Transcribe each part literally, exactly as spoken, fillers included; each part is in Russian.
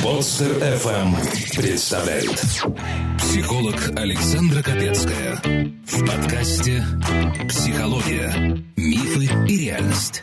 Подстер эф эм представляет психолог Александра Капецкая в подкасте «Психология. Мифы и реальность».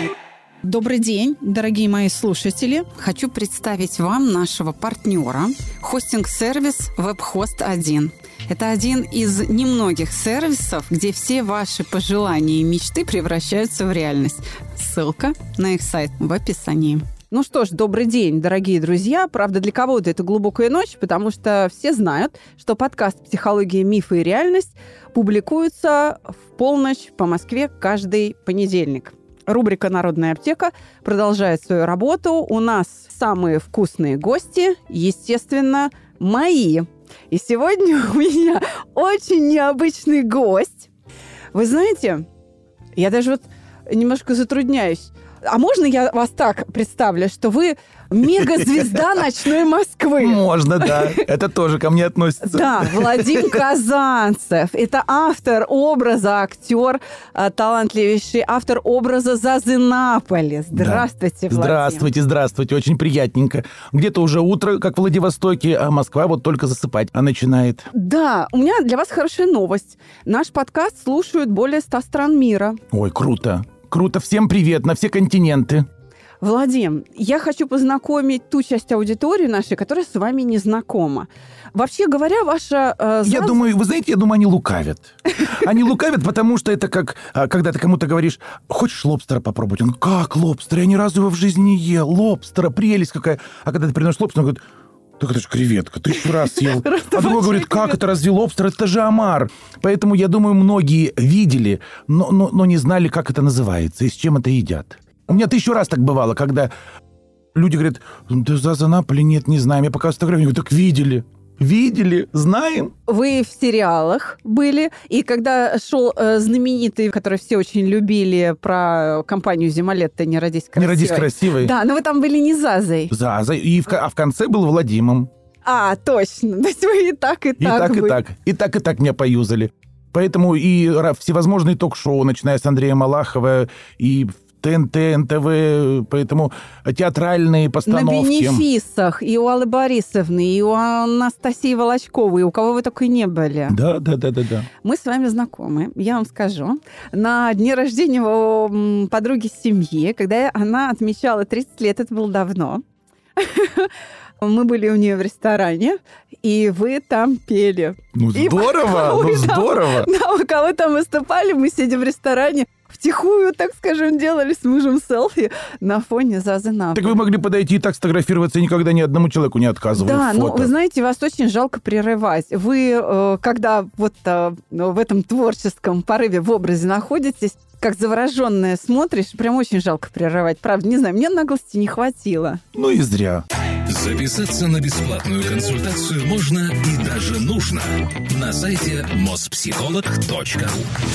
Добрый день, дорогие мои слушатели. Хочу представить вам нашего партнера, хостинг-сервис WebHost один. Это один из немногих сервисов, где все ваши пожелания и мечты превращаются в реальность. Ссылка на их сайт в описании. Ну что ж, добрый день, дорогие друзья. Правда, для кого-то это глубокая ночь, потому что все знают, что подкаст «Психология, мифы и реальность» публикуется в полночь по Москве каждый понедельник. Рубрика «Народная аптека» продолжает свою работу. У нас самые вкусные гости, естественно, мои. И сегодня у меня очень необычный гость. Вы знаете, я даже вот немножко затрудняюсь. А можно я вас так представлю, что вы мегазвезда ночной Москвы? Можно, да. Это тоже ко мне относится. Да, Владимир Казанцев. Это автор образа, актер, талантливейший автор образа Зазы Наполи. Здравствуйте, да. Владимир. Здравствуйте, здравствуйте. Очень приятненько. Где-то уже утро, как в Владивостоке, а Москва вот только засыпать начинает. Да, у меня для вас хорошая новость. Наш подкаст слушают более ста стран мира. Ой, круто. Круто. Всем привет на все континенты. Владимир, я хочу познакомить ту часть аудитории нашей, которая с вами не знакома. Вообще говоря, ваша... Э, я заз... думаю, вы знаете, я думаю, они лукавят. Они лукавят, потому что это как, когда ты кому-то говоришь, хочешь лобстера попробовать? Он, как лобстер? Я ни разу его в жизни не ел. Лобстера, прелесть какая. А когда ты приносишь лобстер, он говорит, так это же креветка, тысячу раз съел. А другой говорит, как это разве лобстер? Это же омар. Поэтому, я думаю, многие видели, но, но, но не знали, как это называется и с чем это едят. У меня тысячу раз так бывало, когда люди говорят, да Заза Наполи, нет, не знаем. Я показываю фотографию, я говорю, так видели. Видели, знаем. Вы в сериалах были, и когда шел э, знаменитый, который все очень любили, про компанию «Зимолетто. Не родись красивой». Не родись красивой. Да, но вы там были не Зазой. Зазой, и в, а в конце был Владимиром. А, точно. То есть вы и так, и, и так так. И были. так, и так, и так меня поюзали. Поэтому и всевозможные ток-шоу, начиная с Андрея Малахова, и ТНТ, эн тэ вэ, поэтому театральные постановки. На бенефисах и у Аллы Борисовны, и у Анастасии Волочковой, у кого вы только не были. Да, да, да, да, да. Мы с вами знакомы, я вам скажу. На дне рождения у подруги семьи, когда она отмечала тридцать лет, это было давно, мы были у нее в ресторане, и вы там пели. Ну, здорово, ну, здорово. Да, у кого там выступали, мы сидим в ресторане, втихую, так скажем, делали с мужем селфи на фоне Зазы Наполи. Так вы могли подойти и так сфотографироваться, и никогда ни одному человеку не отказывали. Да, в фото. ну, вы знаете, вас очень жалко прерывать. Вы, когда вот в этом творческом порыве в образе находитесь, как завороженная смотришь, прям очень жалко прерывать. Правда, не знаю, мне наглости не хватило. Ну и зря. Записаться на бесплатную консультацию можно и даже нужно на сайте моспсихолог точка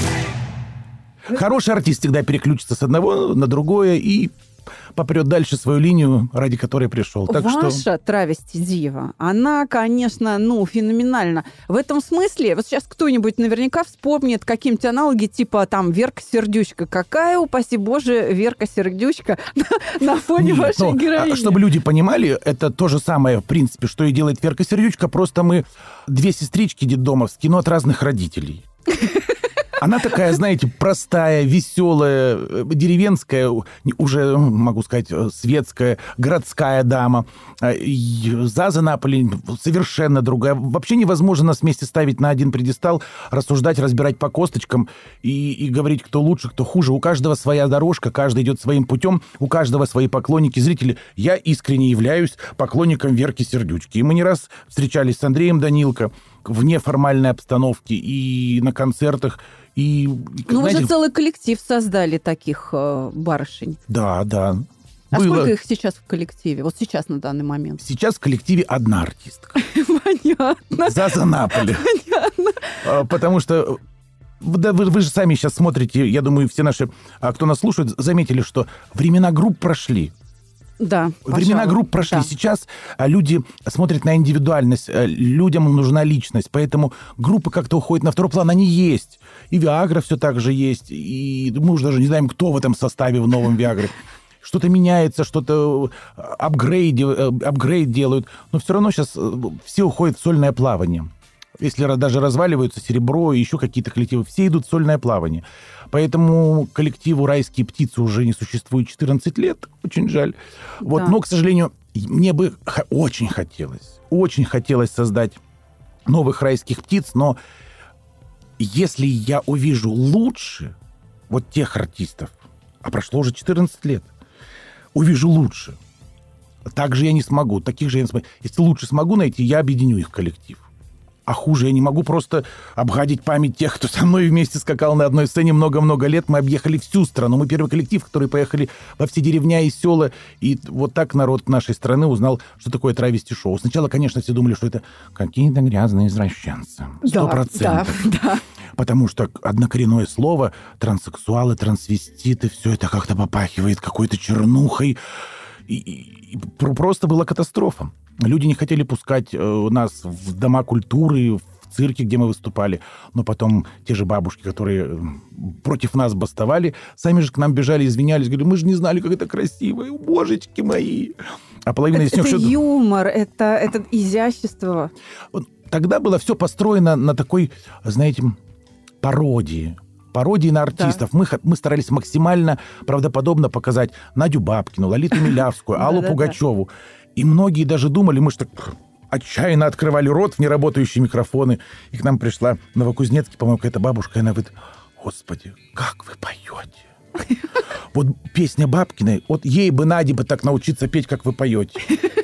ру. Хороший артист всегда переключится с одного на другое и попрет дальше свою линию, ради которой пришел. Так Ваша что... травести-дива, она, конечно, ну, феноменальна. В этом смысле, вот сейчас кто-нибудь наверняка вспомнит какие-нибудь аналоги, типа там Верка Сердючка. Какая, упаси Боже, Верка Сердючка на фоне вашей героини? Чтобы люди понимали, это то же самое, в принципе, что и делает Верка Сердючка, просто мы две сестрички детдомовские, но от разных родителей. Она такая, знаете, простая, веселая, деревенская, уже, могу сказать, светская, городская дама. Заза Наполи совершенно другая. Вообще невозможно нас вместе ставить на один пьедестал, рассуждать, разбирать по косточкам и, и говорить, кто лучше, кто хуже. У каждого своя дорожка, каждый идет своим путем, у каждого свои поклонники, зрители. Я искренне являюсь поклонником Верки Сердючки. И мы не раз встречались с Андреем Данилко в неформальной обстановке и на концертах. И, ну, знаете, вы же целый коллектив создали таких э, барышень. Да, да. А Было... сколько их сейчас в коллективе? Вот сейчас, на данный момент. Сейчас в коллективе одна артистка. Понятно. Заза Наполи. Понятно. Потому что да, вы, вы же сами сейчас смотрите, я думаю, все наши, кто нас слушает, заметили, что времена групп прошли. Да, Времена пожалуй, групп прошли. Да. Сейчас люди смотрят на индивидуальность. Людям нужна личность. Поэтому группы как-то уходят на второй план. Они есть. И Виагра все так же есть. И мы уже даже не знаем, кто в этом составе в новом Виагре. что-то меняется, что-то апгрейд, апгрейд делают, но все равно сейчас все уходят в сольное плавание. Если даже разваливаются серебро и еще какие-то коллективы, все идут в сольное плавание. Поэтому коллективу «Райские птицы» уже не существует четырнадцать лет. Очень жаль. Вот. Да. Но, к сожалению, мне бы очень хотелось, очень хотелось создать новых «Райских птиц», но если я увижу лучше вот тех артистов, а прошло уже четырнадцать лет, увижу лучше, так же я не смогу, таких же я не смогу. Если лучше смогу найти, я объединю их в коллектив. А хуже я не могу просто обгадить память тех, кто со мной вместе скакал на одной сцене много-много лет. Мы объехали всю страну. Мы первый коллектив, который поехали во все деревня и села. И вот так народ нашей страны узнал, что такое травести-шоу. Сначала, конечно, все думали, что это какие-то грязные извращенцы. Сто процентов. Да, да. Потому что однокоренное слово транссексуалы, трансвеститы, все это как-то попахивает какой-то чернухой. И, и, и просто была катастрофа. Люди не хотели пускать э, нас в дома культуры, в цирке, где мы выступали. Но потом те же бабушки, которые против нас бастовали, сами же к нам бежали, извинялись, говорили, мы же не знали, как это красиво, божечки мои. А половина это, из них... Это что... юмор, это, это изящество. Тогда было все построено на такой, знаете, пародии. Пародии на артистов. Да. Мы, мы старались максимально правдоподобно показать Надю Бабкину, Лолиту Милявскую, Аллу Пугачеву. И многие даже думали, мы что так отчаянно открывали рот в неработающие микрофоны. И к нам пришла в Новокузнецке, по-моему, какая-то бабушка, и она говорит, господи, как вы поете? Вот песня Бабкиной, вот ей бы, Наде бы так научиться петь, как вы поете.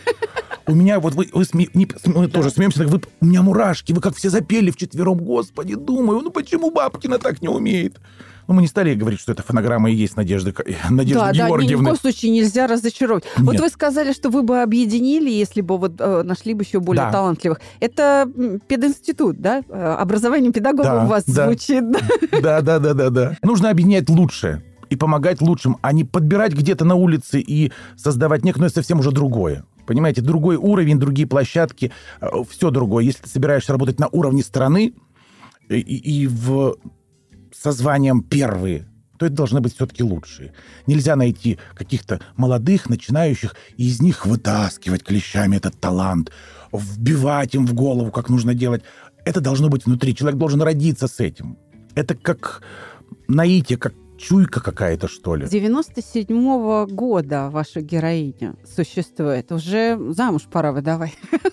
У меня вот вы, вы сме... не, мы да. тоже смеемся, так вы, у меня мурашки, вы как все запели вчетвером, господи, думаю, ну почему Бабкина так не умеет? Ну, мы не стали говорить, что это фонограмма и есть Надежда, Надежда да, Георгиевна. Да, ни в коем случае нельзя разочаровать. Нет. Вот вы сказали, что вы бы объединили, если бы вот, э, нашли бы еще более да. талантливых. Это пединститут, да? Образование педагога да, у вас да. звучит. Да, да, да, да, да. Нужно объединять лучшее и помогать лучшим, а не подбирать где-то на улице и создавать некое, совсем уже другое. Понимаете, другой уровень, другие площадки, все другое. Если ты собираешься работать на уровне страны и, и в... со званием первые, то это должны быть все-таки лучшие. Нельзя найти каких-то молодых, начинающих, и из них вытаскивать клещами этот талант, вбивать им в голову, как нужно делать. Это должно быть внутри. Человек должен родиться с этим. Это как наитие, как чуйка какая-то, что ли. С девяносто седьмого года ваша героиня существует. Уже замуж пора выдавать.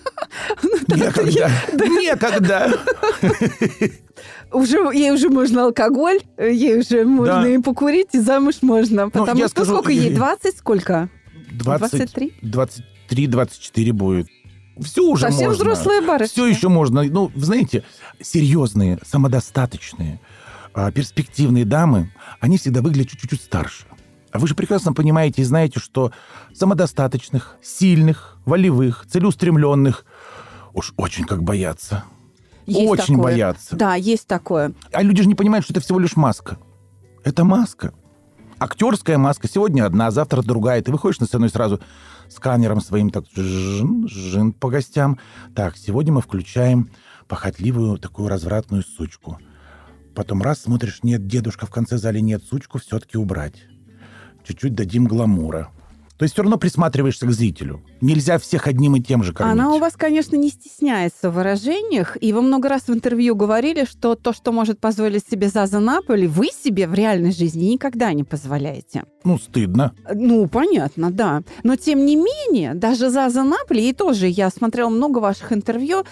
Некогда. Некогда. Уже, ей уже можно алкоголь, ей уже можно да. и покурить, и замуж можно. Потому что скажу, сколько ей? двадцать? Сколько? двадцать три? двадцать три двадцать четыре будет. Все уже Совсем можно. Совсем взрослая барышня. Все еще можно. Ну, вы знаете, серьезные, самодостаточные, перспективные дамы, они всегда выглядят чуть-чуть старше. А вы же прекрасно понимаете и знаете, что самодостаточных, сильных, волевых, целеустремленных уж очень как боятся. Есть очень такое. боятся. Да, есть такое. А люди же не понимают, что это всего лишь маска. Это маска. Актерская маска. Сегодня одна, завтра другая. Ты выходишь на сцену и сразу сканером своим так жин, жин по гостям. Так, сегодня мы включаем похотливую такую развратную сучку. Потом раз смотришь, нет, дедушка в конце зала, нет, сучку все-таки убрать. Чуть-чуть дадим гламура. То есть все равно присматриваешься к зрителю. Нельзя всех одним и тем же кормить. Она у вас, конечно, не стесняется в выражениях. И вы много раз в интервью говорили, что то, что может позволить себе Заза Наполи, вы себе в реальной жизни никогда не позволяете. Ну, стыдно. Ну, понятно, да. Но, тем не менее, даже Заза Наполи, и тоже я смотрела много ваших интервью,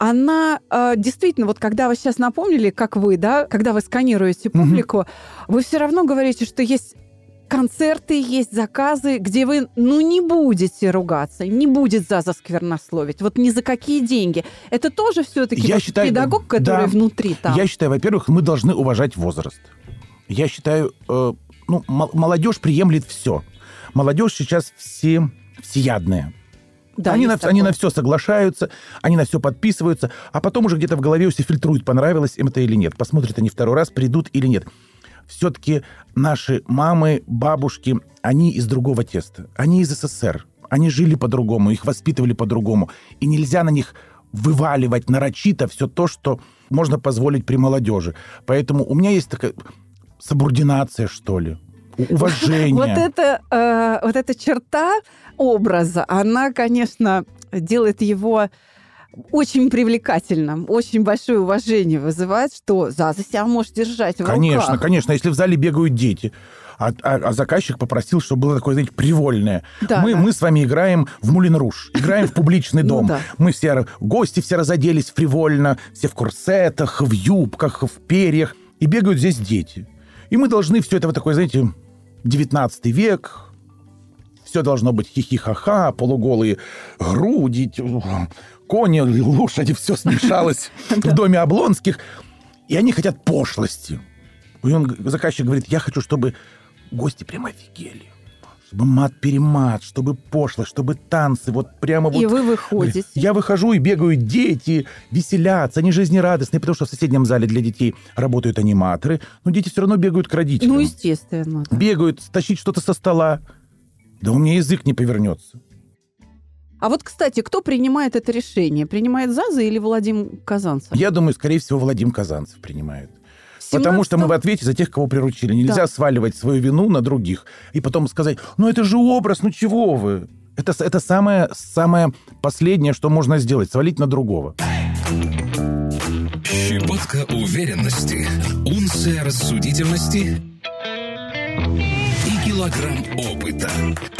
она э, действительно, вот когда вы сейчас напомнили, как вы, да, когда вы сканируете публику, mm-hmm. вы все равно говорите, что есть... концерты, есть заказы, где вы, ну, не будете ругаться, не будет Заза сквернословить. Вот ни за какие деньги. Это тоже все-таки вот считаю, педагог, который да, внутри там. Я считаю, во-первых, мы должны уважать возраст. Я считаю, э, ну, м- молодежь приемлет все. Молодежь сейчас все всеядная. Да, они, на, они на все соглашаются, они на все подписываются, а потом уже где-то в голове у себя фильтруют, понравилось им это или нет. Посмотрят они второй раз, придут или нет. Все-таки наши мамы, бабушки, они из другого теста. Они из СССР. Они жили по-другому, их воспитывали по-другому. И нельзя на них вываливать нарочито все то, что можно позволить при молодежи. Поэтому у меня есть такая субординация, что ли. уважение. Вот эта, э, вот эта черта образа, она, конечно, делает его очень привлекательным, очень большое уважение вызывает, что Заза себя может держать в Конечно, руках. конечно. Если в зале бегают дети, а, а, а заказчик попросил, чтобы было такое, знаете, привольное. Да, мы, да. мы с вами играем в Мулен Руж, играем в публичный дом. Ну да. Мы все, гости все разоделись фривольно, все в корсетах, в юбках, в перьях. И бегают здесь дети. И мы должны все это вот такой, знаете, девятнадцатый век... Все должно быть хихи-ха-ха, полуголые груди, кони, лошади, все смешалось в доме Облонских. И они хотят пошлости. И он, заказчик говорит, я хочу, чтобы гости прямо офигели. Чтобы мат-перемат, чтобы пошлость, чтобы танцы. Вот прямо вот. И вы выходите. Я выхожу, и бегают дети, веселятся, они жизнерадостные, потому что в соседнем зале для детей работают аниматоры. Но дети все равно бегают к родителям. Ну, естественно. Да. Бегают, тащить что-то со стола. Да у меня язык не повернется. А вот, кстати, кто принимает это решение? Принимает Заза или Владимир Казанцев? Я думаю, скорее всего, Владимир Казанцев принимает. семнадцатом... Потому что мы в ответе за тех, кого приручили. Нельзя Да. сваливать свою вину на других и потом сказать, ну это же образ, ну чего вы? Это, это самое, самое последнее, что можно сделать, свалить на другого. Щепотка уверенности, унция рассудительности и килограмм опыта.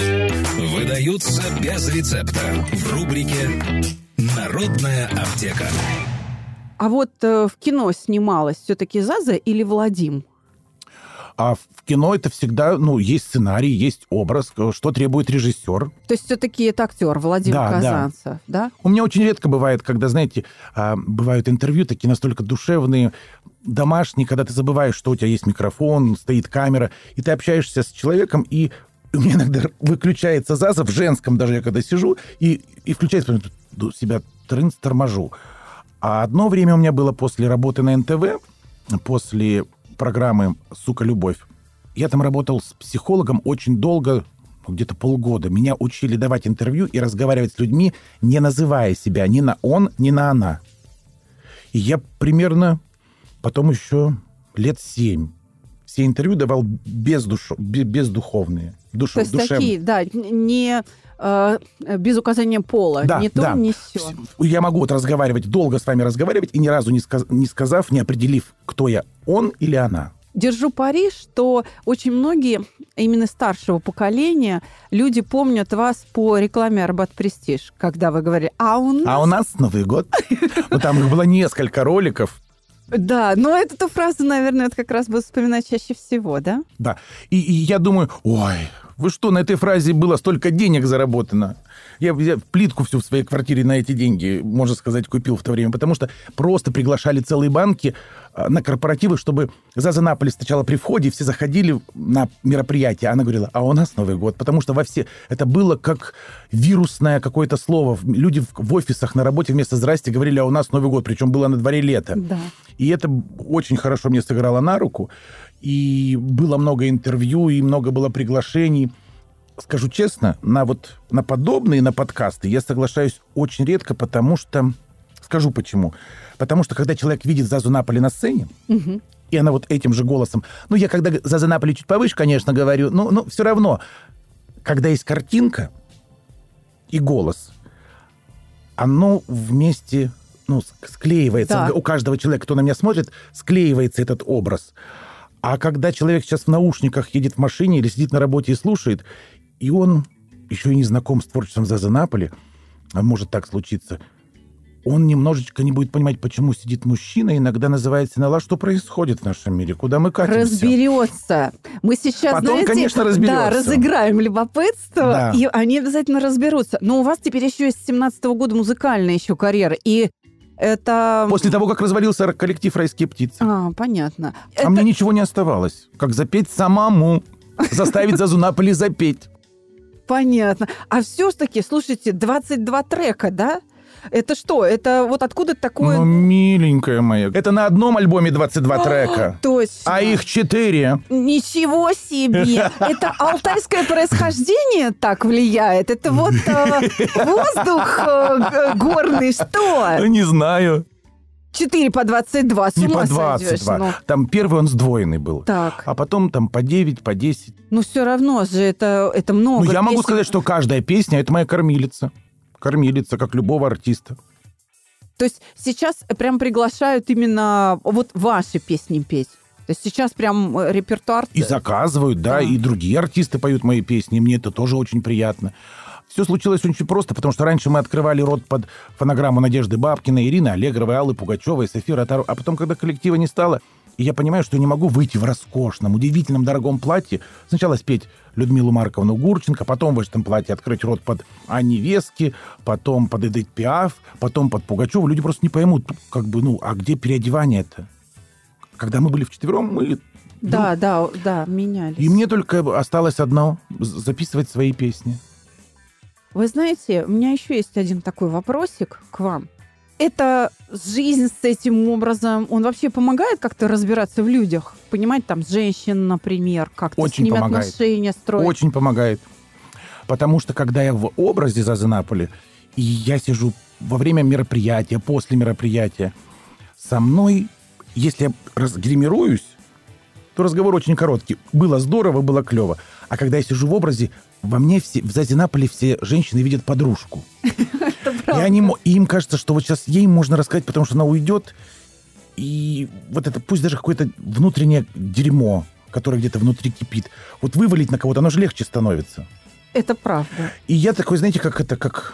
Выдаются без рецепта в рубрике «Народная аптека». А вот э, в кино снималась все-таки Заза или Владим? А в кино это всегда, ну, есть сценарий, есть образ, что требует режиссер. То есть все-таки это актер Владимир Да, Казанцев, да. да? У меня очень редко бывает, когда, знаете, бывают интервью такие настолько душевные, домашние, когда ты забываешь, что у тебя есть микрофон, стоит камера, и ты общаешься с человеком, и у меня иногда выключается Заза, в женском даже я когда сижу, и, и включается, себя трынц, торможу. А одно время у меня было после работы на эн тэ вэ, после программы «Сука, любовь». Я там работал с психологом очень долго, где-то полгода. Меня учили давать интервью и разговаривать с людьми, не называя себя ни на «он», ни на «она». И я примерно потом еще лет семь все интервью давал бездуш... бездуховные. Душ... То есть душевные. такие, да, не э, без указания пола, Да, ни то, да. ни сё. Я могу вот разговаривать, долго с вами разговаривать, и ни разу не, сказ... не сказав, не определив, кто я, он или она. Держу пари, что очень многие, именно старшего поколения, люди помнят вас по рекламе «Арбат Престиж», когда вы говорили, а у нас... А у нас Новый год. Вот там их было несколько роликов. Да, но эту фразу, наверное, это как раз буду вспоминать чаще всего, да? Да. И, и я думаю, ой, вы что, на этой фразе было столько денег заработано? Я, я плитку всю в своей квартире на эти деньги, можно сказать, купил в то время, потому что просто приглашали целые банки на корпоративы, чтобы Заза Наполи сначала при входе все заходили на мероприятие. Она говорила, а у нас Новый год, потому что во все... Это было как вирусное какое-то слово. Люди в, в офисах на работе вместо «здрасте» говорили, а у нас Новый год, причем было на дворе лето. Да. И это очень хорошо мне сыграло на руку. И было много интервью, и много было приглашений. Скажу честно, на вот на подобные, на подкасты я соглашаюсь очень редко, потому что... Скажу почему. Потому что, когда человек видит Зазу Наполи на сцене, угу. и она вот этим же голосом... Ну, я когда Заза Наполи чуть повыше, конечно, говорю, но, но все равно, когда есть картинка и голос, оно вместе... Ну, склеивается. Да. У каждого человека, кто на меня смотрит, склеивается этот образ. А когда человек сейчас в наушниках едет в машине или сидит на работе и слушает, и он еще и не знаком с творчеством Зазы Наполи, а может так случиться, он немножечко не будет понимать, почему сидит мужчина, иногда называет СНЛ, что происходит в нашем мире, куда мы катимся. Разберется. Мы сейчас, Потом, знаете, конечно, разберется. Да, разыграем любопытство, Да. и они обязательно разберутся. Но у вас теперь еще с семнадцатого года музыкальная еще карьера, и это... После того, как развалился коллектив «Райские птицы». А, понятно. А это... мне ничего не оставалось, как запеть самому, заставить Зазу Наполи запеть. Понятно. А все-таки, слушайте, двадцать два трека, да? Это что? Это вот откуда такое... Ну, миленькая моя. Это на одном альбоме двадцать два трека. Точно. А их четыре. Ничего себе! Это алтайское происхождение так влияет? Это вот э, воздух э, горный, что? Не знаю. четыре по двадцать два, с Не ума по двадцать два. сойдешь, ну. Там первый он сдвоенный был. Так. А потом там по девять, по десять. Ну, все равно же это, это много. Ну, я могу песен. сказать, что каждая песня — это моя кормилица. Кормилица, как любого артиста. То есть сейчас прям приглашают именно вот ваши песни петь? То есть сейчас прям репертуар... И заказывают, да, Да. и другие артисты поют мои песни, и мне это тоже очень приятно. Все случилось очень просто, потому что раньше мы открывали рот под фонограмму Надежды Бабкиной, Ирины Аллегровой, Аллы Пугачевой, Софии Ротару. А потом, когда коллектива не стало, и я понимаю, что я не могу выйти в роскошном, удивительном, дорогом платье, сначала спеть Людмилу Марковну Гурченко, потом в этом платье открыть рот под Анни Вески, потом под Эдит Пиаф, потом под Пугачеву. Люди просто не поймут, как бы, ну, а где переодевание-то? Когда мы были вчетвером, мы... Да, да, да, менялись. И мне только осталось одно — записывать свои песни. Вы знаете, у меня еще есть один такой вопросик к вам. Это жизнь с этим образом, он вообще помогает как-то разбираться в людях? Понимать там женщин, например, как-то Очень с ними помогает. отношения строить? Очень помогает. Потому что, когда я в образе Зазы Наполи, и я сижу во время мероприятия, после мероприятия, со мной, если я разгримируюсь, то разговор очень короткий. Было здорово, было клево. А когда я сижу в образе, во мне все, в Зазе Наполи все женщины видят подружку. И они, и им кажется, что вот сейчас ей можно рассказать, потому что она уйдет, и вот это, пусть даже какое-то внутреннее дерьмо, которое где-то внутри кипит, вот вывалить на кого-то, оно же легче становится. Это правда. И я такой, знаете, как это, как...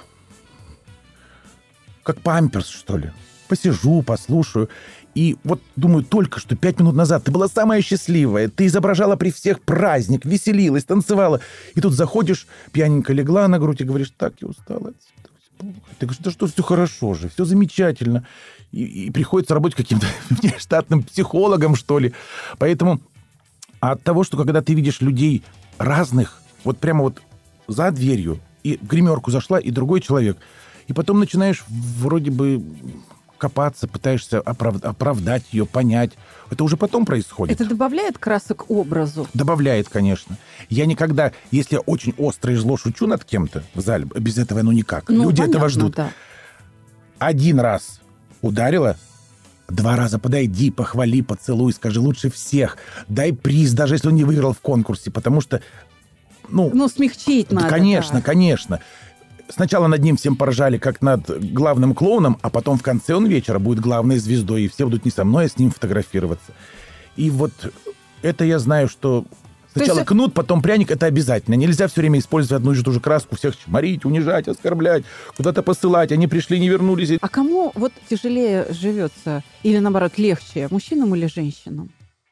Как памперс, что ли. Посижу, послушаю. И вот думаю, только что пять минут назад ты была самая счастливая, ты изображала при всех праздник, веселилась, танцевала. И тут заходишь, пьяненько легла на грудь и говоришь: так, я устала. Ты говоришь: да что, все хорошо же, все замечательно. И, и приходится работать каким-то внештатным психологом, что ли. Поэтому от того, что когда ты видишь людей разных, вот прямо вот за дверью, и в гримерку зашла, и другой человек, и потом начинаешь вроде бы копаться, пытаешься оправ- оправдать ее, понять. Это уже потом происходит. Это добавляет красок образу? Добавляет, конечно. Я никогда, если я очень остро и зло шучу над кем-то в зале, без этого ну никак. Ну, Люди понятно, этого ждут. Да. Один раз ударила, два раза подойди, похвали, поцелуй, скажи лучше всех. Дай приз, даже если он не выиграл в конкурсе, потому что... Ну, ну смягчить да, надо. Конечно, да. конечно. Сначала над ним всем поржали, как над главным клоуном, а потом в конце он вечера будет главной звездой, и все будут не со мной, а с ним фотографироваться. И вот это я знаю, что сначала есть... кнут, потом пряник — это обязательно. Нельзя все время использовать одну и ту же краску, всех чморить, унижать, оскорблять, куда-то посылать. Они пришли, не вернулись. А кому вот тяжелее живется? Или, наоборот, легче? Мужчинам или женщинам?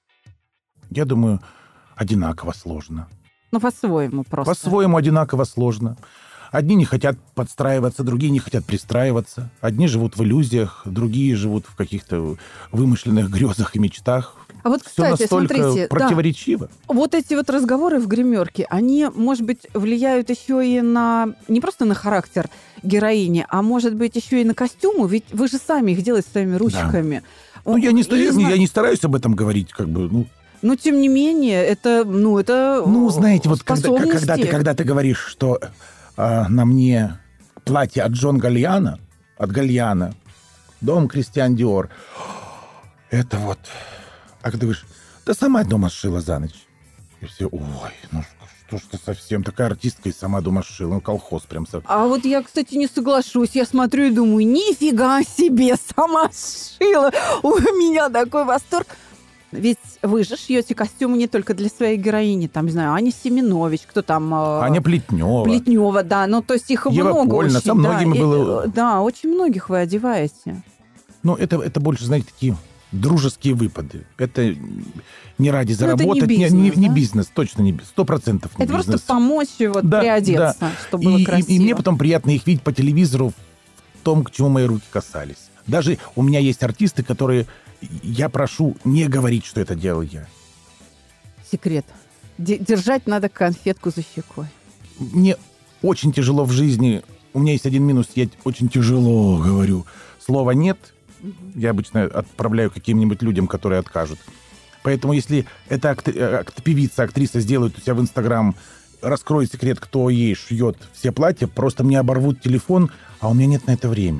Я думаю, одинаково сложно. Ну, по-своему просто. По-своему одинаково сложно. Одни не хотят подстраиваться, другие не хотят пристраиваться. Одни живут в иллюзиях, другие живут в каких-то вымышленных грезах и мечтах. А вот, Все кстати, настолько смотрите, противоречиво. Да, вот эти вот разговоры в гримерке, они, может быть, влияют еще и на... Не просто на характер героини, а может быть, еще и на костюмы. Ведь вы же сами их делаете своими ручками. Да. Ну, я не, стою, я не стараюсь об этом говорить, как бы, ну... Но, тем не менее, это, ну, это Ну, знаете, вот когда, способности. когда, ты, когда ты говоришь, что а, на мне платье от Джон Гальяна, от Гальяна, дом Кристиан Диор, это вот... А когда ты говоришь: да сама дома сшила за ночь. И все: ой, ну что ж ты совсем, такая артистка и сама дома сшила. Ну, колхоз прям. А вот я, кстати, не соглашусь. Я смотрю и думаю: нифига себе, сама сшила. У меня такой восторг. Ведь вы же шьете костюмы не только для своей героини. Там, не знаю, Аня Семенович, кто там... Аня Плетнева. Плетнева, да. Ну, то есть их Ева много Польна, очень. со многими да, было... И, да, очень многих вы одеваете. Ну, это, это больше, знаете, такие дружеские выпады. Это не ради заработать. Ну, это не бизнес, не, не, да? не бизнес, точно не бизнес. Сто процентов не это бизнес. просто помочь вот, да, приодеться, да. чтобы было и, красиво. И, и мне потом приятно их видеть по телевизору в том, к чему мои руки касались. Даже у меня есть артисты, которые... Я прошу не говорить, что это делал я. Секрет. Держать надо конфетку за щекой. Мне очень тяжело в жизни. У меня есть один минус. Я очень тяжело говорю. Слова «нет». Угу. Я обычно отправляю каким-нибудь людям, которые откажут. Поэтому если эта актри... певица, актриса сделает у себя в Инстаграм, раскроет секрет, кто ей шьет все платья, просто мне оборвут телефон, а у меня нет на это времени.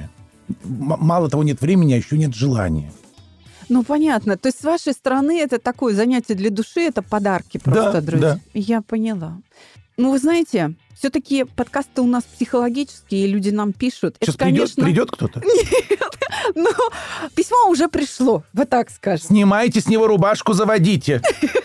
мало того, нет времени, а еще нет желания. Ну, понятно. То есть с вашей стороны это такое занятие для души, это подарки просто, да, друзья. Да. Я поняла. Ну, вы знаете, все-таки подкасты у нас психологические, и люди нам пишут. Сейчас это, придет, конечно... придет кто-то? Нет, но письмо уже пришло, вот так скажем. Снимайте с него рубашку, заводите.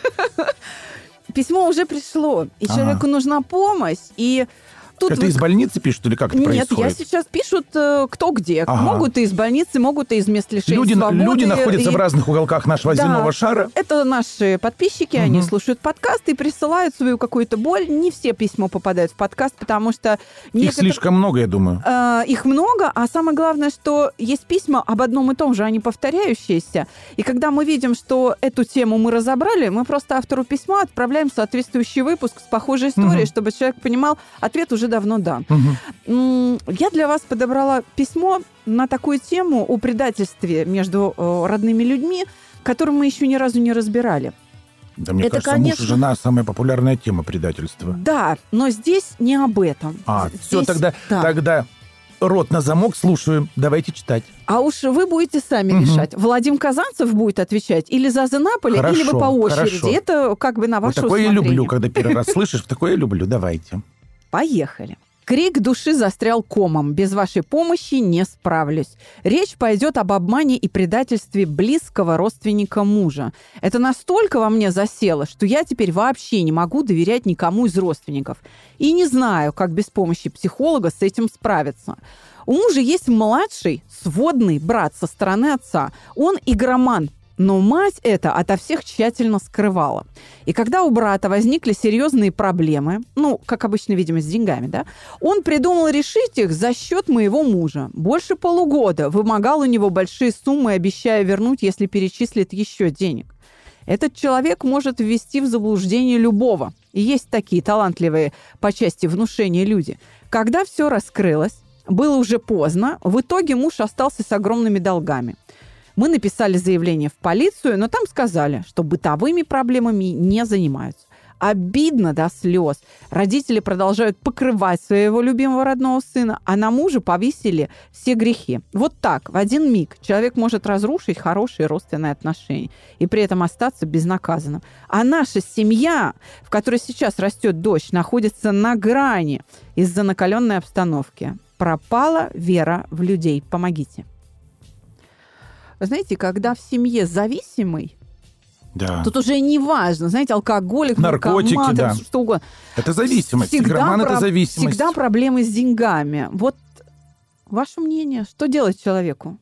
Письмо уже пришло, и ага. человеку нужна помощь, и... Тут это вот... из больницы пишут или как это Нет, происходит? я сейчас пишут э, кто где. Ага. Могут и из больницы, могут и из мест лишения люди, свободы. Люди находятся и... в разных уголках нашего да, земного шара. Это наши подписчики, угу. они слушают подкасты и присылают свою какую-то боль. Не все письма попадают в подкаст, потому что... Их некотор... слишком много, я думаю. Э, их много, а самое главное, что есть письма об одном и том же, они повторяющиеся. И когда мы видим, что эту тему мы разобрали, мы просто автору письма отправляем соответствующий выпуск с похожей историей, угу. чтобы человек понимал, ответ уже давно дан. Угу. Я для вас подобрала письмо на такую тему о предательстве между родными людьми, которую мы еще ни разу не разбирали. Да, мне это, кажется, конечно... муж и жена – самая популярная тема предательства. Да, но здесь не об этом. А, здесь... все, тогда, да. тогда рот на замок, слушаем, давайте читать. А уж вы будете сами угу. решать. Владимир Казанцев будет отвечать или за Наполи, хорошо, или вы по очереди. Хорошо. Это как бы на ваше вот такое усмотрение. я люблю, когда первый раз слышишь, такое я люблю, давайте. Поехали. Крик души застрял комом. Без вашей помощи не справлюсь. Речь пойдет об обмане и предательстве близкого родственника мужа. Это настолько во мне засело, что я теперь вообще не могу доверять никому из родственников. И не знаю, как без помощи психолога с этим справиться. У мужа есть младший, сводный брат со стороны отца. Он игроман. Но мать это ото всех тщательно скрывала. И когда у брата возникли серьезные проблемы, ну, как обычно, видимо, с деньгами, да, он придумал решить их за счет моего мужа. Больше полугода вымогал у него большие суммы, обещая вернуть, если перечислит еще денег. Этот человек может ввести в заблуждение любого. И есть такие талантливые по части внушения люди. Когда все раскрылось, было уже поздно, в итоге муж остался с огромными долгами. Мы написали заявление в полицию, но там сказали, что бытовыми проблемами не занимаются. Обидно до слез. Родители продолжают покрывать своего любимого родного сына, а на мужа повесили все грехи. Вот так, в один миг, человек может разрушить хорошие родственные отношения и при этом остаться безнаказанным. А наша семья, в которой сейчас растет дочь, находится на грани из-за накаленной обстановки. Пропала вера в людей. Помогите. Вы знаете, когда в семье зависимый, да. тут уже не важно, знаете, алкоголик, наркотики, наркоман, да. что угодно. Это зависимость. Всегда, Игроман про... это зависимость. Всегда проблемы с деньгами. Вот ваше мнение, что делать человеку?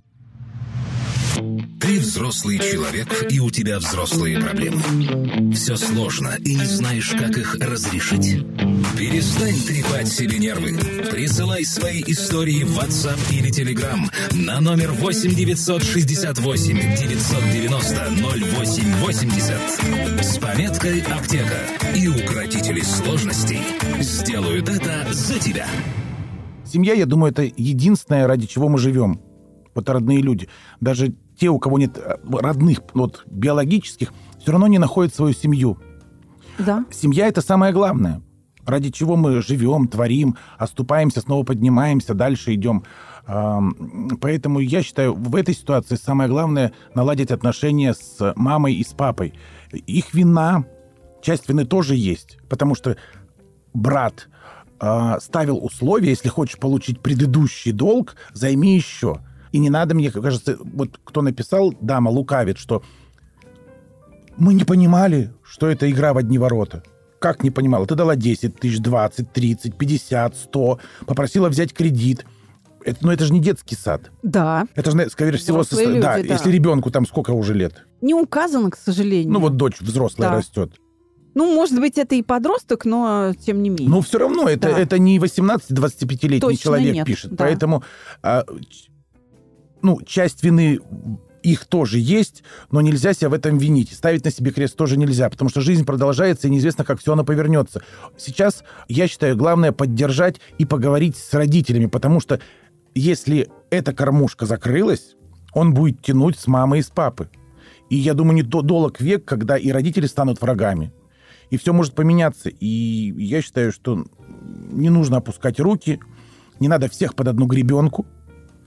Ты взрослый человек, и у тебя взрослые проблемы. Все сложно, и не знаешь, как их разрешить. Перестань трепать себе нервы. Присылай свои истории в WhatsApp или Telegram на номер восемь девятьсот шестьдесят восемь девятьсот девяносто ноль восемь восемьдесят с пометкой «Аптека». И укротители сложностей сделают это за тебя. Семья, я думаю, это единственное, ради чего мы живем. Вот родные люди. Даже те, у кого нет родных, вот, биологических, все равно не находят свою семью. Да. Семья – это самое главное. Ради чего мы живем, творим, оступаемся, снова поднимаемся, дальше идем. Поэтому я считаю, в этой ситуации самое главное – наладить отношения с мамой и с папой. Их вина, часть вины тоже есть, потому что брат ставил условия: если хочешь получить предыдущий долг, займи еще. И не надо, мне кажется, вот кто написал, дама лукавит, что мы не понимали, что это игра в одни ворота. Как не понимала? Ты дала десять тысяч, двадцать, тридцать, пятьдесят, сто, попросила взять кредит. Это, ну, это же не детский сад. Да. Это же, скорее всего, со... люди, да, да. Если ребенку там сколько уже лет? Не указано, к сожалению. Ну, вот дочь взрослая да. растет. Ну, может быть, это и подросток, но тем не менее. Ну, все равно, это, да. это не восемнадцати-двадцатипятилетний Точно человек нет. пишет. Да. Поэтому... А, ну, часть вины их тоже есть, но нельзя себя в этом винить. Ставить на себе крест тоже нельзя, потому что жизнь продолжается, и неизвестно, как все оно повернется. Сейчас, я считаю, главное поддержать и поговорить с родителями, потому что если эта кормушка закрылась, он будет тянуть с мамы и с папы. И я думаю, не долг век, когда и родители станут врагами. И все может поменяться. И я считаю, что не нужно опускать руки, не надо всех под одну гребенку.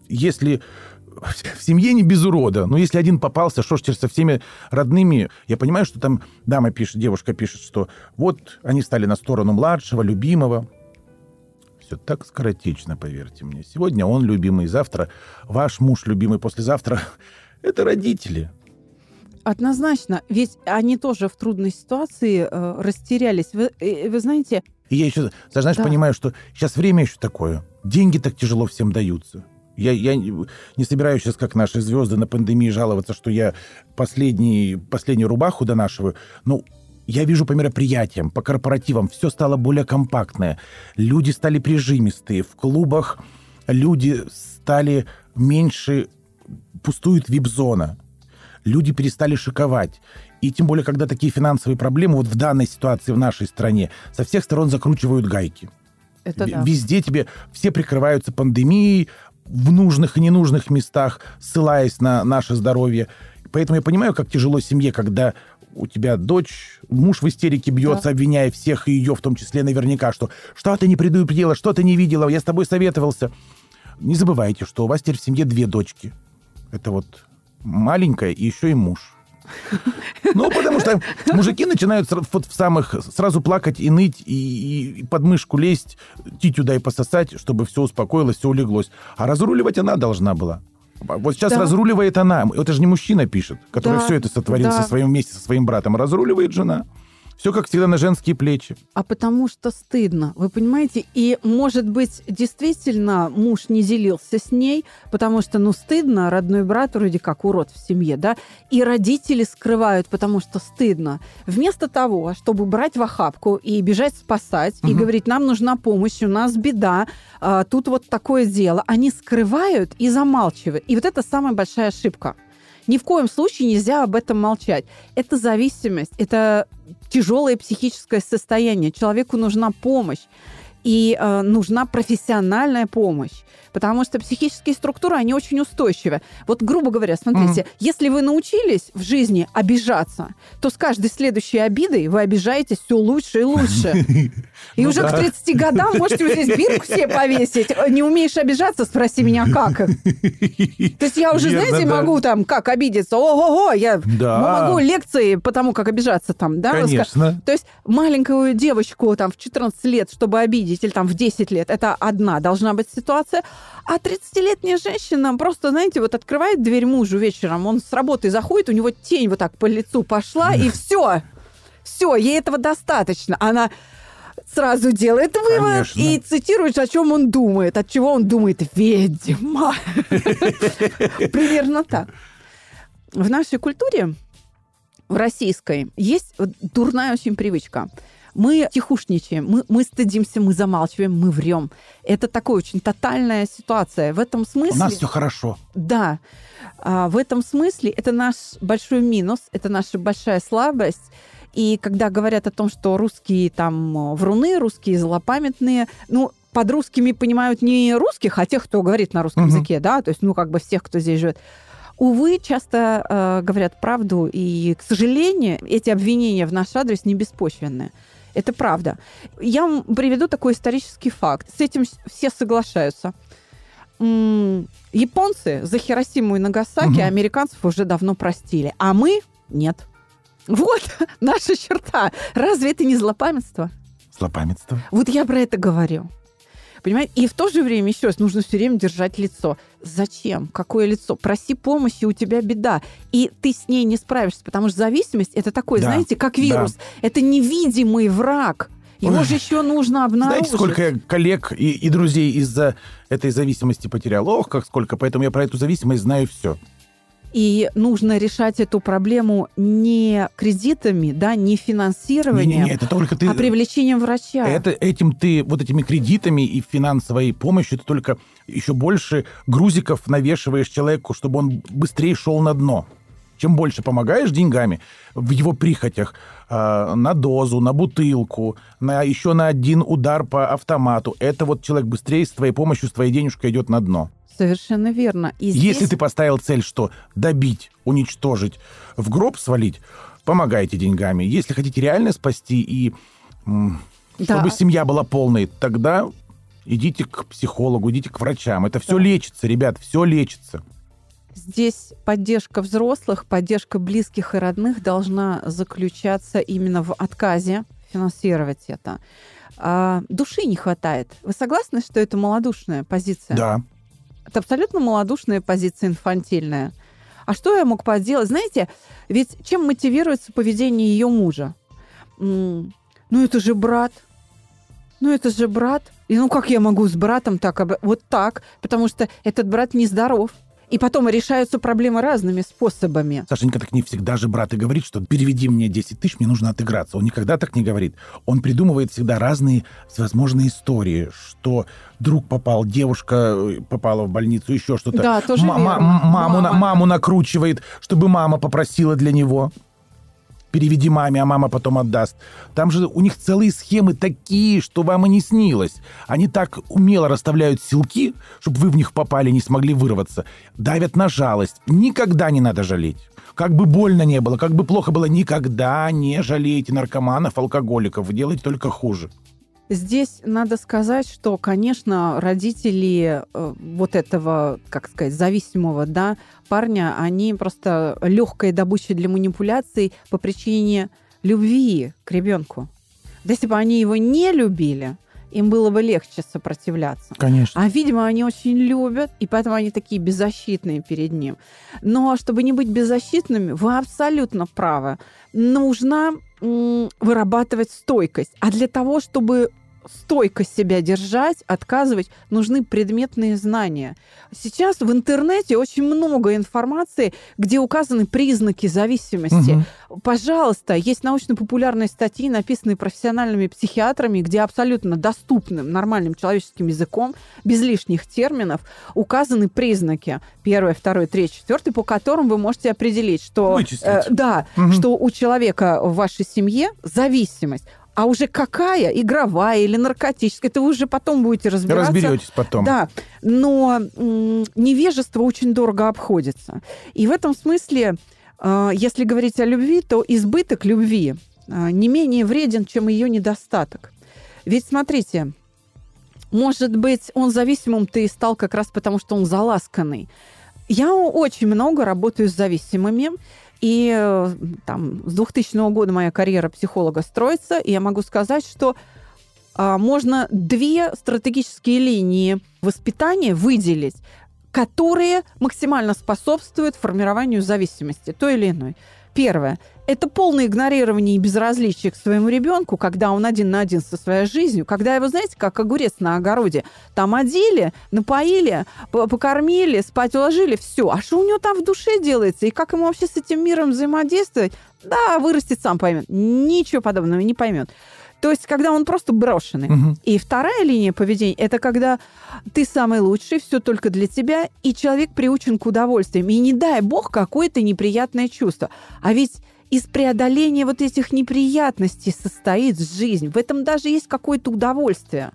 если в семье не без урода, но если один попался, что ж теперь со всеми родными, я понимаю, что там дама пишет, девушка пишет, что вот они стали на сторону младшего, любимого. Все так скоротечно, поверьте мне. Сегодня он любимый, завтра ваш муж любимый, послезавтра это родители. Однозначно, ведь они тоже в трудной ситуации э, растерялись. Вы, э, вы знаете... И я еще, знаешь, да. понимаю, что сейчас время еще такое. Деньги так тяжело всем даются. Я, я не собираюсь сейчас, как наши звезды на пандемии, жаловаться, что я последний, последнюю рубаху донашиваю. Ну, я вижу по мероприятиям, по корпоративам, все стало более компактное. Люди стали прижимистые. В клубах люди стали меньше... Пустует вип-зона. Люди перестали шиковать. И тем более, когда такие финансовые проблемы, вот в данной ситуации в нашей стране, со всех сторон закручивают гайки. Это да. Везде тебе все прикрываются пандемией, в нужных и ненужных местах, ссылаясь на наше здоровье. Поэтому я понимаю, как тяжело семье, когда у тебя дочь, муж в истерике бьется, да. обвиняя всех, и ее в том числе наверняка, что что ты не предупредила, что ты не видела, я с тобой советовался. Не забывайте, что у вас теперь в семье две дочки. Это вот маленькая и еще и муж. Ну, потому что мужики начинают вот в самых сразу плакать и ныть, и, и под мышку лезть, титю дай пососать, чтобы все успокоилось, все улеглось. А разруливать она должна была. Вот сейчас да. разруливает она. Это же не мужчина пишет, который да. все это сотворил да. со своим, вместе со своим братом. Разруливает жена. Все, как всегда, на женские плечи. А потому что стыдно, вы понимаете? И, может быть, действительно муж не делился с ней, потому что, ну, стыдно, родной брат вроде как урод в семье, да? И родители скрывают, потому что стыдно. Вместо того, чтобы брать в охапку и бежать спасать, угу. и говорить, нам нужна помощь, у нас беда, а, тут вот такое дело, они скрывают и замалчивают. И вот это самая большая ошибка. Ни в коем случае нельзя об этом молчать. Это зависимость, это тяжелое психическое состояние. Человеку нужна помощь. И э, нужна профессиональная помощь. Потому что психические структуры, они очень устойчивы. Вот, грубо говоря, смотрите, mm-hmm. если вы научились в жизни обижаться, то с каждой следующей обидой вы обижаетесь все лучше и лучше. И уже к тридцати годам можете вот здесь бирку себе повесить. Не умеешь обижаться, спроси меня, как. То есть я уже, знаете, могу там, как обидеться. Ого-го, я могу лекции по тому, как обижаться там. Конечно. То есть маленькую девочку там в четырнадцать лет, чтобы обидеть, или там в десять лет, это одна должна быть ситуация. А тридцатилетняя женщина просто, знаете, вот открывает дверь мужу вечером, он с работы заходит, у него тень вот так по лицу пошла, и все. Все, ей этого достаточно. Она сразу делает вывод Конечно. И цитирует, о чем он думает. От чего он думает? Ведьма. Примерно так. В нашей культуре, в российской, есть дурная очень привычка. Мы тихушничаем, мы, мы стыдимся, мы замалчиваем, мы врем. Это такая очень тотальная ситуация. В этом смысле... У нас все хорошо. Да. А, в этом смысле это наш большой минус, это наша большая слабость. И когда говорят о том, что русские там вруны, русские злопамятные, ну, под русскими понимают не русских, а тех, кто говорит на русском угу. языке, да, то есть, ну, как бы всех, кто здесь живет. Увы, часто э, говорят правду, и, к сожалению, эти обвинения в наш адрес не беспочвенные. Это правда. Я вам приведу такой исторический факт. С этим все соглашаются. М-м, японцы за Хиросиму и Нагасаки угу. американцев уже давно простили, а мы нет. Вот наша черта. Разве это не злопамятство? Злопамятство. Вот я про это говорю. Понимаете? И в то же время, еще раз, нужно все время держать лицо. Зачем? Какое лицо? Проси помощи, у тебя беда. И ты с ней не справишься, потому что зависимость – это такой, да. знаете, как вирус. Да. Это невидимый враг. Его Ой. же еще нужно обнаружить. Знаете, сколько я коллег и, и друзей из-за этой зависимости потерял? Ох, как сколько. Поэтому я про эту зависимость знаю все. И нужно решать эту проблему не кредитами, да, не финансированием, не, не, это только ты... а привлечением врача. Это, этим ты, вот этими кредитами и финансовой помощью, ты только еще больше грузиков навешиваешь человеку, чтобы он быстрее шел на дно. Чем больше помогаешь деньгами в его прихотях, э, на дозу, на бутылку, на, еще на один удар по автомату, это вот человек быстрее с твоей помощью, с твоей денежкой идет на дно. Совершенно верно. И здесь... Если ты поставил цель, что добить, уничтожить, в гроб свалить, помогайте деньгами. Если хотите реально спасти и м, да. чтобы семья была полной, тогда идите к психологу, идите к врачам. Это все да. лечится, ребят, все лечится. Здесь поддержка взрослых, поддержка близких и родных должна заключаться именно в отказе финансировать это. А души не хватает. Вы согласны, что это малодушная позиция? Да. Это абсолютно малодушная позиция, инфантильная. А что я мог поделать? Знаете, ведь чем мотивируется поведение ее мужа? М-м, ну, это же брат. Ну, это же брат. И ну, как я могу с братом так? Вот так. Потому что этот брат нездоров. И потом решаются проблемы разными способами. Сашенька так не всегда же брат и говорит, что переведи мне десять тысяч, мне нужно отыграться. Он никогда так не говорит. Он придумывает всегда разные всевозможные истории, что друг попал, девушка попала в больницу, еще что-то. Да, тоже М- верно. Маму, на, маму накручивает, чтобы мама попросила для него. Переведи маме, а мама потом отдаст. Там же у них целые схемы такие, что вам и не снилось. Они так умело расставляют силки, чтобы вы в них попали, не смогли вырваться. Давят на жалость. Никогда не надо жалеть. Как бы больно не было, как бы плохо было, никогда не жалейте наркоманов, алкоголиков. Вы делаете только хуже. Здесь надо сказать, что, конечно, родители э, вот этого, как сказать, зависимого, да, парня, они просто легкая добыча для манипуляций по причине любви к ребенку. Да если бы они его не любили, им было бы легче сопротивляться. Конечно. А, видимо, они очень любят, и поэтому они такие беззащитные перед ним. Но чтобы не быть беззащитными, вы абсолютно правы. Нужно м- вырабатывать стойкость. А для того, чтобы стойко себя держать, отказывать, нужны предметные знания. Сейчас в интернете очень много информации, где указаны признаки зависимости. Угу. Пожалуйста, есть научно-популярные статьи, написанные профессиональными психиатрами, где абсолютно доступным, нормальным человеческим языком, без лишних терминов, указаны признаки. Первый, второй, третий, четвертый, по которым вы можете определить, что, э, да, угу. что у человека в вашей семье зависимость. А уже какая, игровая или наркотическая, это вы уже потом будете разбираться. Разберетесь потом. Да, но м- невежество очень дорого обходится. И в этом смысле, э, если говорить о любви, то избыток любви э, не менее вреден, чем ее недостаток. Ведь смотрите, может быть, он зависимым-то и стал как раз потому, что он заласканный. Я очень много работаю с зависимыми. И там, с двухтысячного года моя карьера психолога строится, и я могу сказать, что а, можно две стратегические линии воспитания выделить, которые максимально способствуют формированию зависимости, той или иной. Первое – это полное игнорирование и безразличие к своему ребенку, когда он один на один со своей жизнью, когда его, знаете, как огурец на огороде, там одели, напоили, покормили, спать уложили, все. А что у него там в душе делается? И как ему вообще с этим миром взаимодействовать? Да, вырастет, сам поймет. Ничего подобного не поймет. То есть, когда он просто брошенный. Угу. И вторая линия поведения – это когда ты самый лучший, все только для тебя, и человек приучен к удовольствиям. И не дай бог какое-то неприятное чувство. А ведь из преодоления вот этих неприятностей состоит жизнь. В этом даже есть какое-то удовольствие.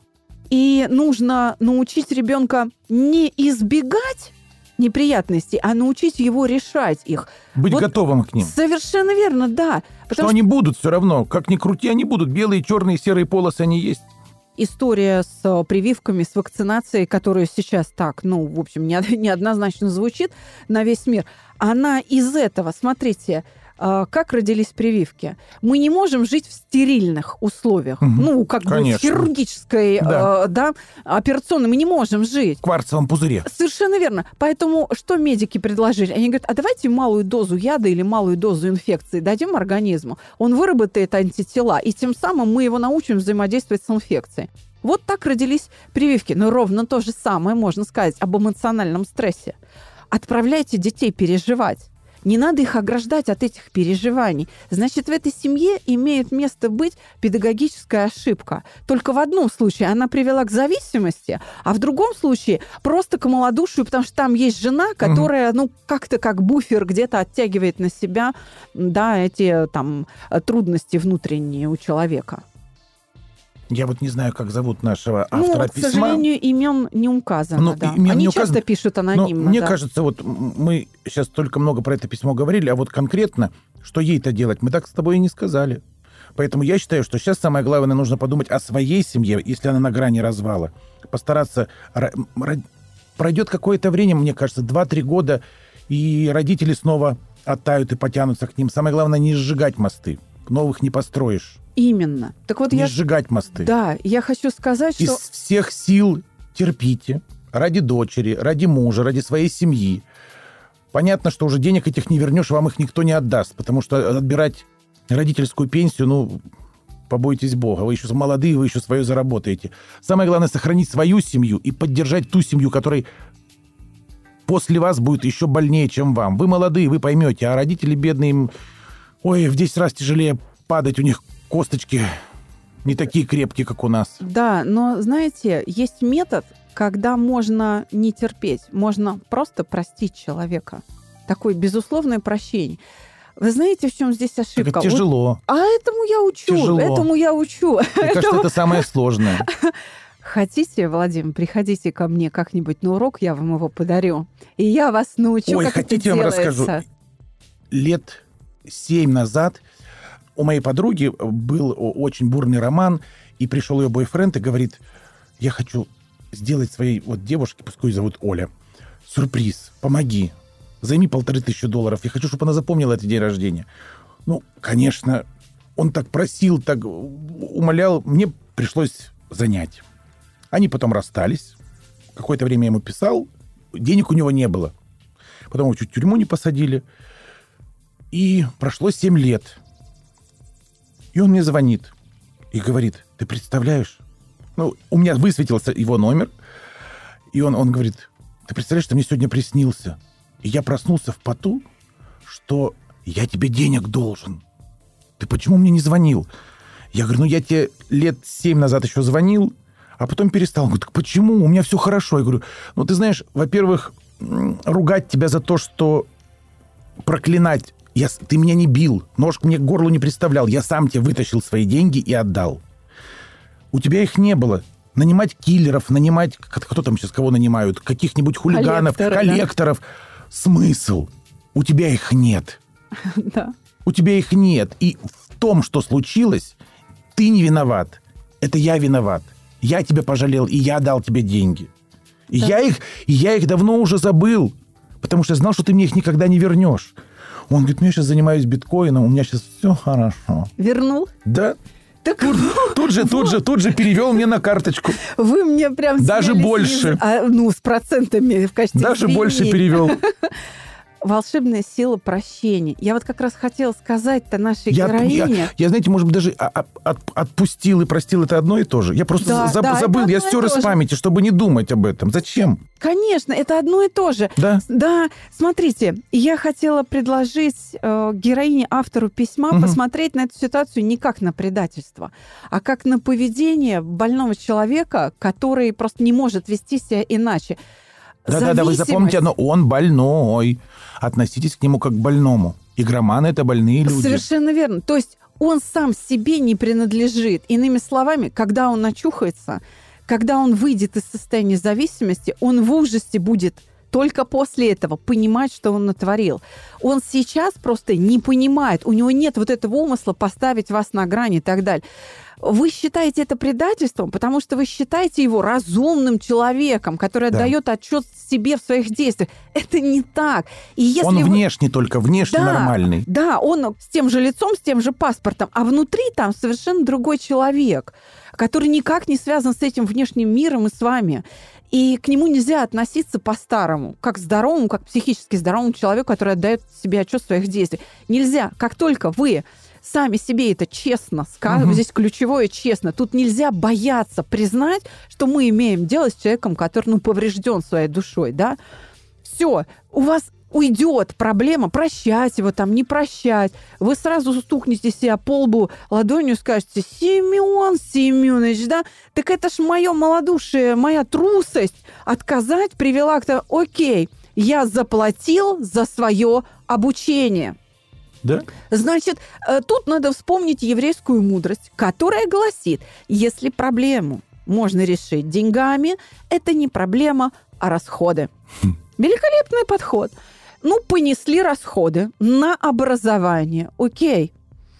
И нужно научить ребенка не избегать неприятностей, а научить его решать их. Быть вот готовым к ним. Совершенно верно, да. Что, что они будут все равно. Как ни крути, они будут. Белые, черные, серые полосы они есть. История с прививками, с вакцинацией, которая сейчас так, ну, в общем, неоднозначно звучит на весь мир, она из этого, смотрите, как родились прививки. Мы не можем жить в стерильных условиях. Угу, ну, как конечно. бы в хирургической да. Э, да, операционной мы не можем жить. В кварцевом пузыре. Совершенно верно. Поэтому что медики предложили? Они говорят, а давайте малую дозу яда или малую дозу инфекции дадим организму. Он выработает антитела, и тем самым мы его научим взаимодействовать с инфекцией. Вот так родились прививки. Но ровно то же самое можно сказать об эмоциональном стрессе. Отправляйте детей переживать. Не надо их ограждать от этих переживаний. Значит, в этой семье имеет место быть педагогическая ошибка. Только в одном случае она привела к зависимости, а в другом случае просто к малодушию, потому что там есть жена, которая, ну, как-то как буфер где-то оттягивает на себя, да, эти там трудности внутренние у человека. Я вот не знаю, как зовут нашего автора ну, письма. К сожалению, имен не указано. Ну, да. имен Они не часто указано. пишут анонимно. Но мне да. кажется, вот мы сейчас только много про это письмо говорили, а вот конкретно, что ей-то делать, мы так с тобой и не сказали. Поэтому я считаю, что сейчас самое главное, нужно подумать о своей семье, если она на грани развала. Постараться... Пройдет какое-то время, мне кажется, два-три года, и родители снова оттают и потянутся к ним. Самое главное, не сжигать мосты. Новых не построишь. Именно. Так вот не я... сжигать мосты. Да, я хочу сказать, Из что... Из всех сил терпите. Ради дочери, ради мужа, ради своей семьи. Понятно, что уже денег этих не вернешь, вам их никто не отдаст. Потому что отбирать родительскую пенсию, ну... Побойтесь Бога. Вы еще молодые, вы еще свое заработаете. Самое главное — сохранить свою семью и поддержать ту семью, которая после вас будет еще больнее, чем вам. Вы молодые, вы поймете, а родители бедные, им, ой, в десять раз тяжелее падать, у них косточки не такие крепкие, как у нас. Да, но, знаете, есть метод, когда можно не терпеть, можно просто простить человека. Такое безусловное прощение. Вы знаете, в чем здесь ошибка? Так это тяжело. Вот, а этому я учу, тяжело. этому я учу. Мне кажется, это самое сложное. Хотите, Владимир, приходите ко мне как-нибудь на урок, я вам его подарю. И я вас научу, Ой, как хотите, это я вам делается. расскажу. Лет семь назад у моей подруги был очень бурный роман, и пришел ее бойфренд и говорит: я хочу сделать своей вот девушке, пускай ее зовут Оля, сюрприз, помоги. Займи полторы тысячи долларов. Я хочу, чтобы она запомнила этот день рождения. Ну, конечно, он так просил, так умолял. Мне пришлось занять. Они потом расстались. Какое-то время я ему писал. Денег у него не было. Потом его чуть в тюрьму не посадили. И прошло семь лет. И он мне звонит и говорит: ты представляешь? Ну, у меня высветился его номер. И он, он говорит: ты представляешь, что мне сегодня приснился? И я проснулся в поту, что я тебе денег должен. Ты почему мне не звонил? Я говорю: ну я тебе лет семь назад еще звонил, а потом перестал. Он говорит: так почему? У меня все хорошо. Я говорю: ну ты знаешь, во-первых, ругать тебя за то, что проклинать. Я, ты меня не бил, нож мне к горлу не приставлял. Я сам тебе вытащил свои деньги и отдал. У тебя их не было. Нанимать киллеров, нанимать... Кто там сейчас кого нанимают? Каких-нибудь хулиганов, Коллекторы, коллекторов. Да? Смысл? У тебя их нет. Да. У тебя их нет. И в том, что случилось, ты не виноват. Это я виноват. Я тебя пожалел, и я дал тебе деньги. И да. я их, и я их давно уже забыл, потому что я знал, что ты мне их никогда не вернешь. Он говорит: ну я сейчас занимаюсь биткоином, у меня сейчас все хорошо. Вернул? Да. Так тут, тут же, тут же, тут же перевел мне на карточку. Вы мне прям... Даже больше. А, ну, с процентами в качестве Даже извинений. больше перевел. Волшебная сила прощения. Я вот как раз хотела сказать-то нашей я, героине... Я, я, знаете, может быть, даже от, отпустил и простил, это одно и то же. Я просто да, заб, да, забыл, я стер из памяти, чтобы не думать об этом. Зачем? Конечно, это одно и то же. Да? Да. Смотрите, я хотела предложить э, героине, автору письма, угу. посмотреть на эту ситуацию не как на предательство, а как на поведение больного человека, который просто не может вести себя иначе. Да-да-да, вы запомните одно, он больной. Относитесь к нему как к больному. Игроманы — это больные люди. Совершенно верно. То есть он сам себе не принадлежит. Иными словами, когда он очухается, когда он выйдет из состояния зависимости, он в ужасе будет только после этого понимать, что он натворил. Он сейчас просто не понимает, у него нет вот этого умысла поставить вас на грани и так далее. Вы считаете это предательством, потому что вы считаете его разумным человеком, который да. отдает отчет себе в своих действиях. Это не так. И если он вы... внешне только, внешне да, нормальный. Да, он с тем же лицом, с тем же паспортом, а внутри там совершенно другой человек, который никак не связан с этим внешним миром и с вами. И к нему нельзя относиться по-старому, как к здоровому, как к психически здоровому человеку, который отдает себе отчет в своих действиях. Нельзя. Как только вы сами себе это честно скажем, угу. здесь ключевое честно. Тут нельзя бояться признать, что мы имеем дело с человеком, который, ну, поврежден своей душой, да. Все, у вас уйдет проблема, прощать его там, не прощать. Вы сразу стукнете себя по лбу ладонью и скажете: Семен Семенович, да, так это ж мое малодушие, моя трусость отказать привела к тому, окей, я заплатил за свое обучение. Да? Значит, тут надо вспомнить еврейскую мудрость, которая гласит: если проблему можно решить деньгами, это не проблема, а расходы. Хм. Великолепный подход. Ну, понесли расходы на образование. Окей.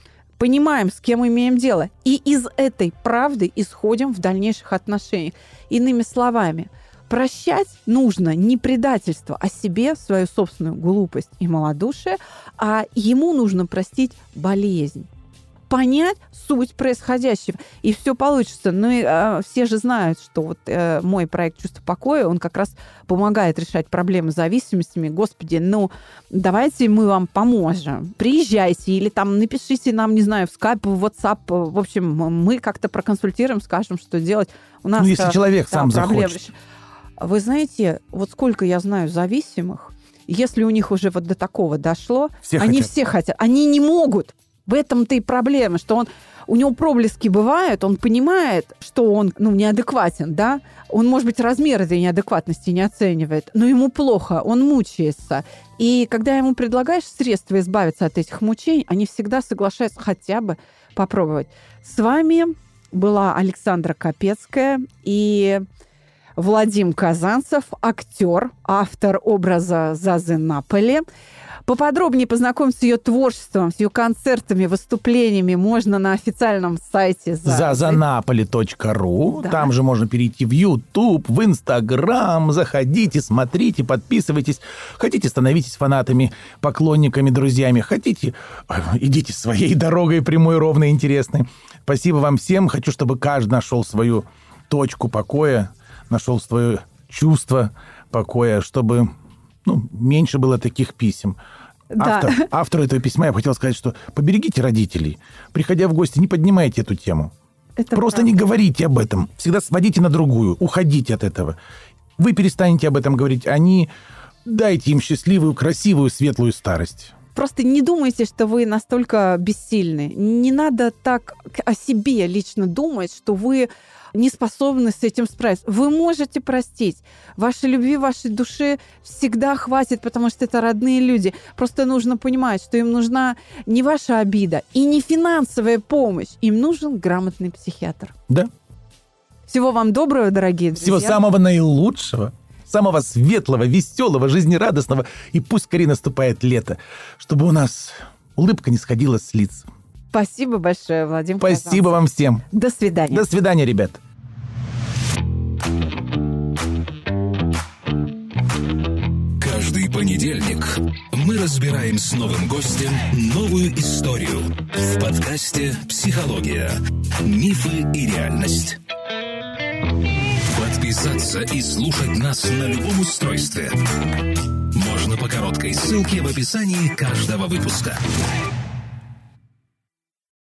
понимаем, с кем имеем дело. И из этой правды исходим в дальнейших отношениях. Иными словами, прощать нужно не предательство, а себе свою собственную глупость и малодушие, а ему нужно простить болезнь. Понять суть происходящего, и все получится. Ну и э, все же знают, что вот э, мой проект «Чувство покоя», он как раз помогает решать проблемы с зависимостями. Господи, ну давайте мы вам поможем. Приезжайте или там напишите нам, не знаю, в Skype, в WhatsApp. В общем, мы как-то проконсультируем, скажем, что делать. У нас, ну, если человек да, сам проблемы. захочет. Вы знаете, вот сколько я знаю зависимых, если у них уже вот до такого дошло, все они хотят. все хотят, они не могут. В этом-то и проблема, что он, у него проблески бывают, он понимает, что он ну, неадекватен, да? Он, может быть, размер этой неадекватности не оценивает, но ему плохо, он мучается. И когда ему предлагаешь средства избавиться от этих мучений, они всегда соглашаются хотя бы попробовать. С вами была Александра Капецкая и Владимир Казанцев, актер, автор образа Зазы Наполи. Поподробнее познакомиться с ее творчеством, с ее концертами, выступлениями можно на официальном сайте зазанаполи точка ру. Да. Там же можно перейти в YouTube, в Instagram. Заходите, смотрите, подписывайтесь. Хотите, становитесь фанатами, поклонниками, друзьями. Хотите, идите своей дорогой прямой, ровной, интересной. Спасибо вам всем. Хочу, чтобы каждый нашел свою точку покоя, нашел свое чувство покоя, чтобы... Ну, меньше было таких писем. Да. Автор, автору этого письма я бы хотел сказать, что поберегите родителей. Приходя в гости, не поднимайте эту тему. Это Просто правда. Не говорите об этом. Всегда сводите на другую. Уходите от этого. Вы перестанете об этом говорить. Они... Дайте им счастливую, красивую, светлую старость. Просто не думайте, что вы настолько бессильны. Не надо так о себе лично думать, что вы не способны с этим справиться. Вы можете простить. Вашей любви, вашей душе всегда хватит, потому что это родные люди. Просто нужно понимать, что им нужна не ваша обида и не финансовая помощь. Им нужен грамотный психиатр. Да. Всего вам доброго, дорогие друзья. Всего самого наилучшего. Самого светлого, веселого, жизнерадостного. И пусть скорее наступает лето, чтобы у нас улыбка не сходила с лиц. Спасибо большое, Владимир Спасибо Казанцев. вам всем. До свидания. До свидания, ребят. Каждый понедельник мы разбираем с новым гостем новую историю в подкасте «Психология. Мифы и реальность». Подписаться и слушать нас на любом устройстве можно по короткой ссылке в описании каждого выпуска.